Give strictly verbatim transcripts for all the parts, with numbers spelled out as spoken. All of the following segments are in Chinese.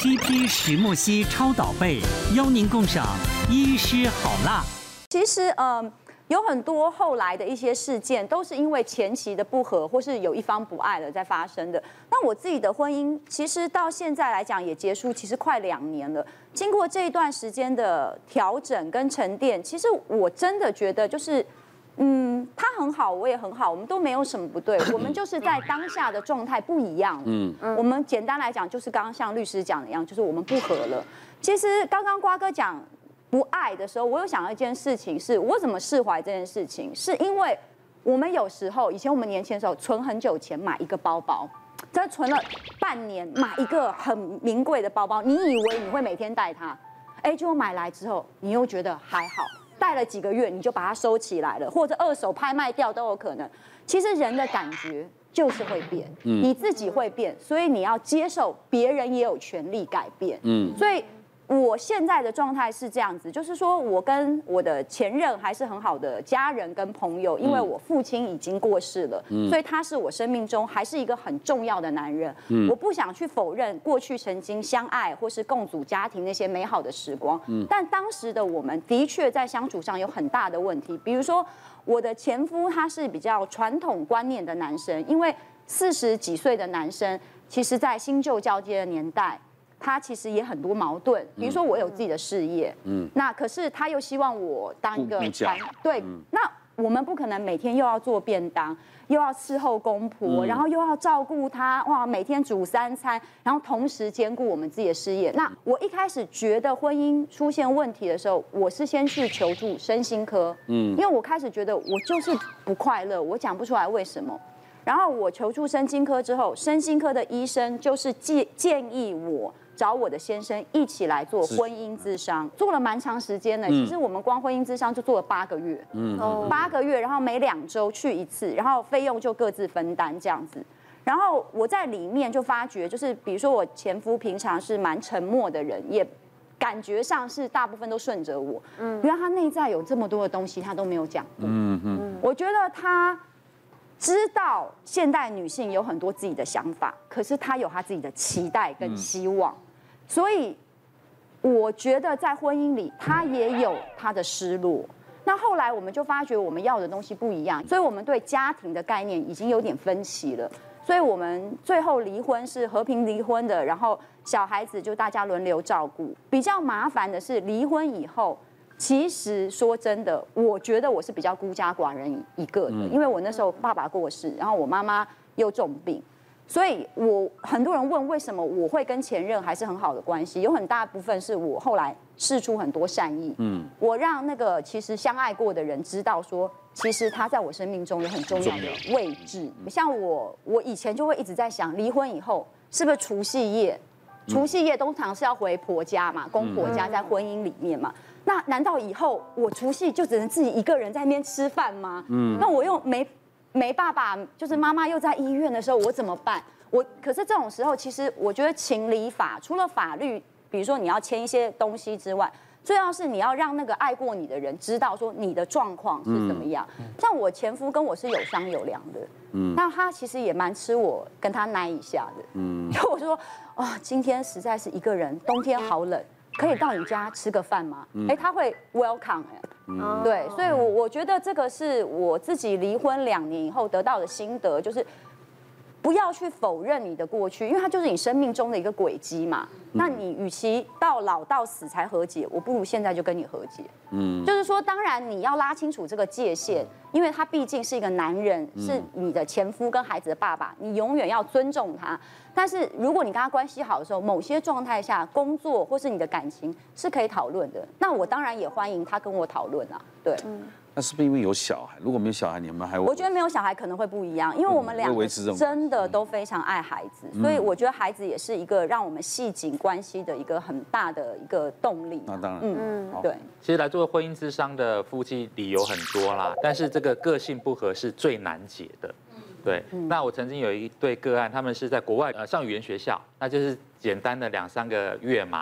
T P 石墨烯超导被，邀您共赏医师好辣。 其实，嗯。有很多后来的一些事件，都是因为前期的不和，或是有一方不爱了在发生的。那我自己的婚姻，其实到现在来讲也结束，其实快两年了。经过这一段时间的调整跟沉淀，其实我真的觉得就是，嗯，他很好，我也很好，我们都没有什么不对，我们就是在当下的状态不一样。嗯，我们简单来讲，就是刚刚像律师讲的一样，就是我们不和了。其实刚刚瓜哥讲。不爱的时候，我有想到一件事情，是我怎么释怀这件事情，是因为我们有时候以前我们年轻的时候存很久钱买一个包包，真存了半年买一个很名贵的包包，你以为你会每天带它，哎，结果买来之后你又觉得还好，带了几个月你就把它收起来了，或者二手拍卖掉都有可能。其实人的感觉就是会变，你自己会变，所以你要接受别人也有权利改变。嗯，所以。我现在的状态是这样子，就是说我跟我的前任还是很好的家人跟朋友，因为我父亲已经过世了，嗯、所以他是我生命中还是一个很重要的男人。嗯、我不想去否认过去曾经相爱或是共组家庭那些美好的时光，嗯、但当时的我们的确在相处上有很大的问题，比如说我的前夫他是比较传统观念的男生，因为四十几岁的男生，其实在新旧交接的年代。他其实也很多矛盾，比如说我有自己的事业，嗯，那可是他又希望我当一个传对，嗯、那我们不可能每天又要做便当，又要伺候公婆，嗯、然后又要照顾他，哇，每天煮三餐，然后同时兼顾我们自己的事业。那我一开始觉得婚姻出现问题的时候，我是先去求助身心科，嗯，因为我开始觉得我就是不快乐，我讲不出来为什么。然后我求助身心科之后，身心科的医生就是建建议我。找我的先生一起来做婚姻咨商，做了蛮长时间的。其实我们光婚姻咨商就做了八个月，嗯，八个月，然后每两周去一次，然后费用就各自分担这样子。然后我在里面就发觉，就是比如说我前夫平常是蛮沉默的人，也感觉上是大部分都顺着我，嗯，原来他内在有这么多的东西他都没有讲过，嗯嗯，我觉得他。知道现代女性有很多自己的想法，可是她有她自己的期待跟希望，嗯、所以我觉得在婚姻里，她也有她的失落。那后来我们就发觉我们要的东西不一样，所以我们对家庭的概念已经有点分歧了。所以我们最后离婚是和平离婚的，然后小孩子就大家轮流照顾。比较麻烦的是离婚以后。其实说真的，我觉得我是比较孤家寡人一个的，因为我那时候爸爸过世，然后我妈妈又重病，所以我很多人问为什么我会跟前任还是很好的关系，有很大部分是我后来释出很多善意，嗯，我让那个其实相爱过的人知道说，其实他在我生命中有很重要的位置。像我，我以前就会一直在想，离婚以后是不是除夕夜？除夕夜通常是要回婆家嘛，公婆家在婚姻里面嘛。那难道以后我除夕就只能自己一个人在那边吃饭吗？嗯，那我又没没爸爸，就是妈妈又在医院的时候，我怎么办？我可是这种时候，其实我觉得情理法除了法律，比如说你要签一些东西之外，最要是你要让那个爱过你的人知道说你的状况是怎么样。嗯、像我前夫跟我是有商有量的，嗯，那他其实也蛮吃我跟他耐一下的，嗯，就我说啊、哦，今天实在是一个人，冬天好冷。可以到你家吃个饭吗？哎、欸，他会 welcome 哎、欸，嗯、对，所以我，我我觉得这个是我自己离婚两年以后得到的心得，就是不要去否认你的过去，因为它就是你生命中的一个轨迹嘛。那你与其到老到死才和解，我不如现在就跟你和解。嗯，就是说，当然你要拉清楚这个界限，因为他毕竟是一个男人，是你的前夫跟孩子的爸爸，你永远要尊重他。但是如果你跟他关系好的时候，某些状态下，工作或是你的感情是可以讨论的。那我当然也欢迎他跟我讨论啊，对。嗯那是不是因为有小孩？如果没有小孩，你们还会？ 我觉得没有小孩可能会不一样，因为我们两个真的都非常爱孩子，所以我觉得孩子也是一个让我们细紧关系的一个很大的一个动力。 那当然， 嗯，对。 其实来做婚姻咨商的夫妻理由很多啦，但是这个个性不合是最难解的。对，那我曾经有一对个案，他们是在国外呃上语言学校，那就是简单的两三个月嘛。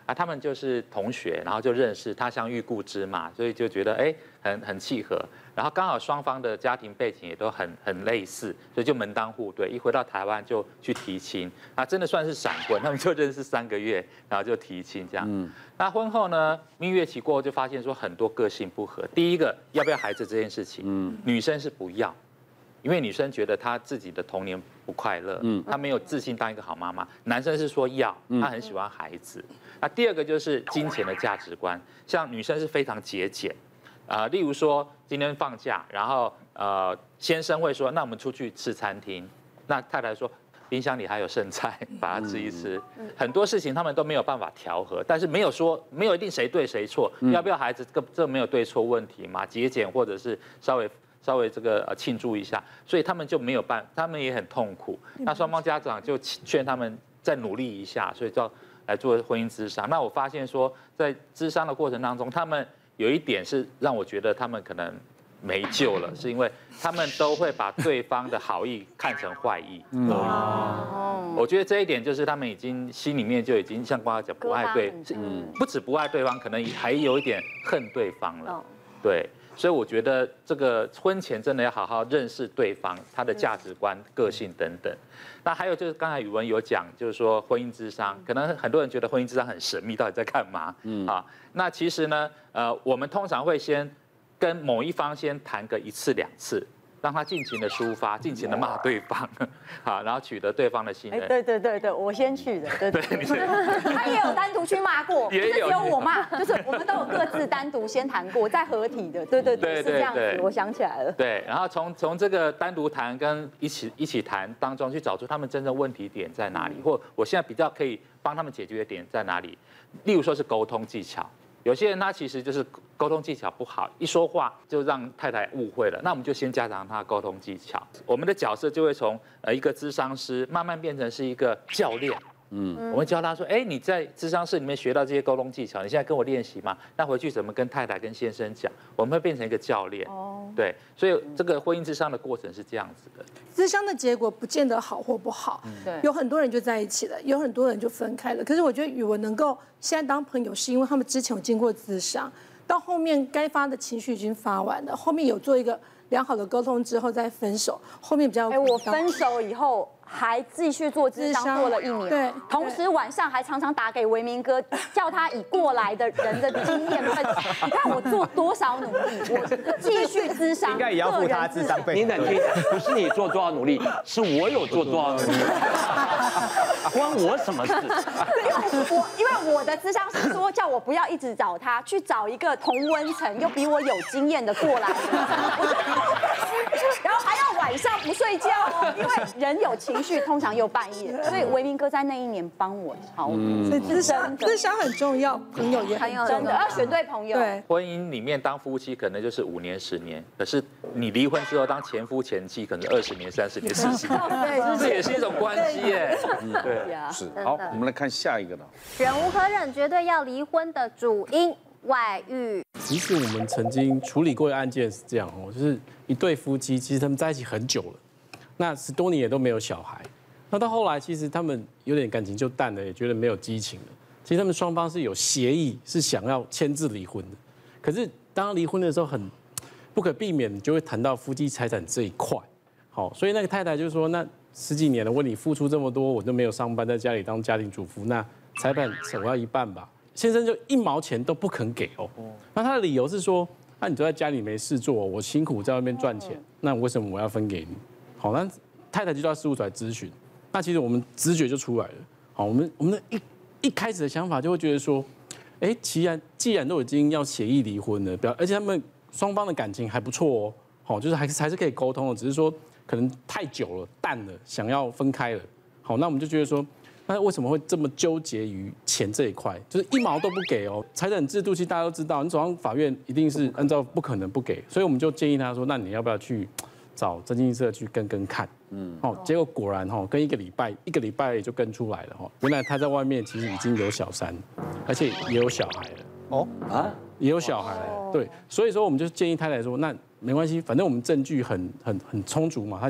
啊，他们就是同学，然后就认识，他乡遇故知嘛，所以就觉得哎很很契合。然后刚好双方的家庭背景也都很很类似，所以就门当户对。一回到台湾就去提亲，那真的算是闪婚，他们就认识三个月，然后就提亲这样。嗯，那婚后呢，蜜月期过后就发现说很多个性不合。第一个要不要孩子这件事情，嗯，女生是不要。因为女生觉得她自己的童年不快乐，嗯，她没有自信当一个好妈妈。男生是说要，他很喜欢孩子。那第二个就是金钱的价值观，像女生是非常节俭，啊、呃，例如说今天放假，然后呃先生会说，那我们出去吃餐厅，那太太说冰箱里还有剩菜，把它吃一吃。很多事情他们都没有办法调和，但是没有说没有一定谁对谁错，要不要孩子这这没有对错问题嘛，节俭或者是稍微。稍微这个呃庆祝一下，所以他们就没有办，他们也很痛苦。那双方家长就劝他们再努力一下，所以就要来做婚姻咨商。那我发现说，在咨商的过程当中，他们有一点是让我觉得他们可能没救了，是因为他们都会把对方的好意看成坏意。哦，我觉得这一点就是他们已经心里面就已经像刚才讲不爱对，嗯，不止不爱对方，可能还有一点恨对方了。对。所以我觉得这个婚前真的要好好认识对方，他的价值观、个性等等。那还有就是刚才宇文有讲，就是说婚姻諮商，可能很多人觉得婚姻諮商很神秘，到底在干嘛？嗯啊，那其实呢，呃，我们通常会先跟某一方先谈个一次两次。让他尽情的抒发，尽情的骂对方，好，然后取得对方的信任。 对对对对，我先去的，对对对。他也有单独去骂过，也只有我骂，就是我们都有各自单独先谈过，再合体的，对对对，是这样子。我想起来了。 对，然后从从这个单独谈跟一起一起谈当中去找出他们真正问题点在哪里，或我现在比较可以帮他们解决的点在哪里。例如说是沟通技巧。有些人他其实就是沟通技巧不好，一说话就让太太误会了。那我们就先加强他的沟通技巧，我们的角色就会从呃一个諮商师慢慢变成是一个教练。嗯，我们教他说，哎，你在諮商室里面学到这些沟通技巧，你现在跟我练习嘛？那回去怎么跟太太跟先生讲？我们会变成一个教练。哦，对，所以这个婚姻諮商的过程是这样子的。 諮商的结果不见得好或不好，对，有很多人就在一起了，有很多人就分开了。可是我觉得宇文能够现在当朋友，是因为他们之前有经过諮商，到后面该发的情绪已经发完了，后面有做一个良好的沟通之后再分手，后面比较。 哎，我分手以后。还继续做諮商，做了一年， 对， 同时晚上还常常打给维明哥，叫他以过来的人的经验分析。你看我做多少努力，我继续諮商， 应该也要付他諮商费。 你冷静一下，不是你做多少努力，是我有做多少努力，关我什么事？ 我因为我的諮商是说叫我不要一直找他，去找一个同温层又比我有经验的过来人，然後還要晚上不睡覺，因為人有情緒通常又半夜，所以維明哥在那一年幫我超多。 所以諮商諮商很重要，朋友也很重要， 真的要選對朋友。 對， 婚姻裡面當夫妻可能就是五年、十年，可是你離婚之後當前夫前妻，可能二十年、三十年、四十年，這也是一種關係耶。 對，是。好，我們來看下一個了。 忍無可忍，絕對要離婚的主因。外遇， 其實我們曾經處理過的案件是這樣哦，就是一對夫妻，其實他們在一起很久了，那十多年也都沒有小孩，那到後來其實他們有點感情就淡了，也覺得沒有激情了。其實他們雙方是有協議，是想要簽字離婚的。可是當離婚的時候，很不可避免就會談到夫妻財產這一塊。好，所以那個太太就說：那十幾年了，為你付出這麼多，我都沒有上班，在家裡當家庭主婦，那財產我要一半吧。先生就一毛錢都不肯給哦，那他的理由是說，那、啊、你都在家裡沒事做，我辛苦在外面賺錢，那為什麼我要分給你？好，那太太就到事務所來諮詢，那其實我們直覺就出來了。好，我們我們的一一開始的想法就會覺得說，哎，既然既然都已經要協議離婚了，表而且他們雙方的感情還不錯哦，好，就是還是還是可以溝通的，只是說可能太久了淡了，想要分開了。好，那我們就覺得說。那為什麼會這麼糾結於錢這一塊？就是一毛都不給哦。財產制度其實大家都知道，你走上法院一定是按照不可能不給，所以我們就建議他說：那你要不要去找徵信社去跟跟看？嗯，哦，結果果然哈，跟一個禮拜一個禮拜也就跟出來了哈。原來他在外面其實已經有小三，而且也有小孩了。哦啊，也有小孩了。對，所以說我們就建議太太說：那沒關係，反正我們證據很很很充足嘛，他已經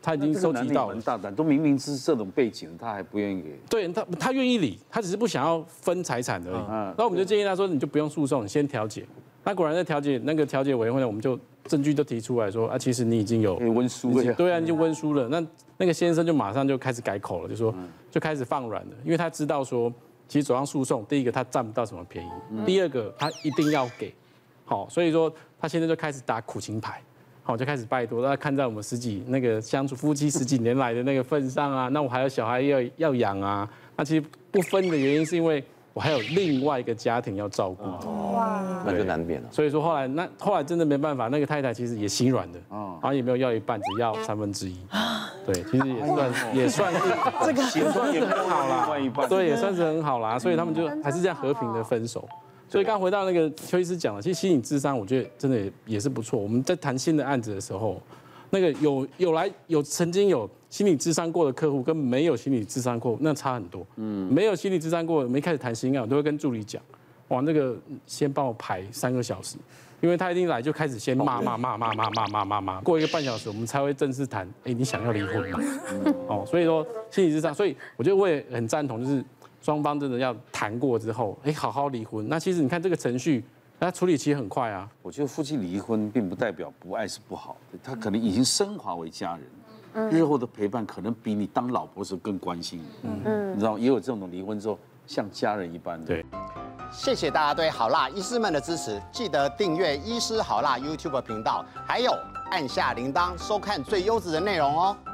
他已经收集到了。 很大胆，都明明是这种背景，他还不愿意给。 对他，他愿意理，他只是不想要分财产而已。嗯，那我们就建议他说，你就不用诉讼，你先调解。那果然在调解那个调解委员会呢，我们就证据都提出来说啊，其实你已经有温书了， 对啊，已经温书了。那那个先生就马上就开始改口了，就说就开始放软了，因为他知道说，其实走上诉讼，第一个他占不到什么便宜，第二个他一定要给，好，所以说他现在就开始打苦情牌。好，就开始拜托，大家看在我们十几那个相处夫妻十几年来的那个份上啊，那我还有小孩要要养啊，那其实不分的原因是因为我还有另外一个家庭要照顾。 哇，那就难免了。 所以说后来那后来真的没办法，那个太太其实也心软的，然后也没有要一半，只要三分之一。对，其实也算也算是这个也算是很好啦，对，也算是很好啦，所以他们就还是这样和平的分手。所以刚回到那个邱医师讲了，其实心理咨商我觉得真的也也是不错。我们在谈新的案子的时候，那个有有来有曾经有心理咨商过的客户，跟没有心理咨商过那差很多。嗯，没有心理咨商过，没开始谈新案，我都会跟助理讲，哇，那个先帮我排三个小时，因为他一定来就开始先骂骂骂骂骂骂骂骂骂，过一个半小时我们才会正式谈，哎，你想要离婚吗？哦，所以说心理咨商，所以我觉得我也很赞同，就是。双方真的要谈过之后，哎，好好离婚。那其实你看这个程序，它处理其实很快啊。 我觉得夫妻离婚并不代表不爱是不好的，他可能已经升华为家人，日后的陪伴可能比你当老婆时更关心你。嗯，你知道也有这种离婚之后像家人一般的。 对， 谢谢大家对好辣医师们的支持，记得订阅医师好辣 YouTube 频道，还有按下铃铛收看最优质的内容哦。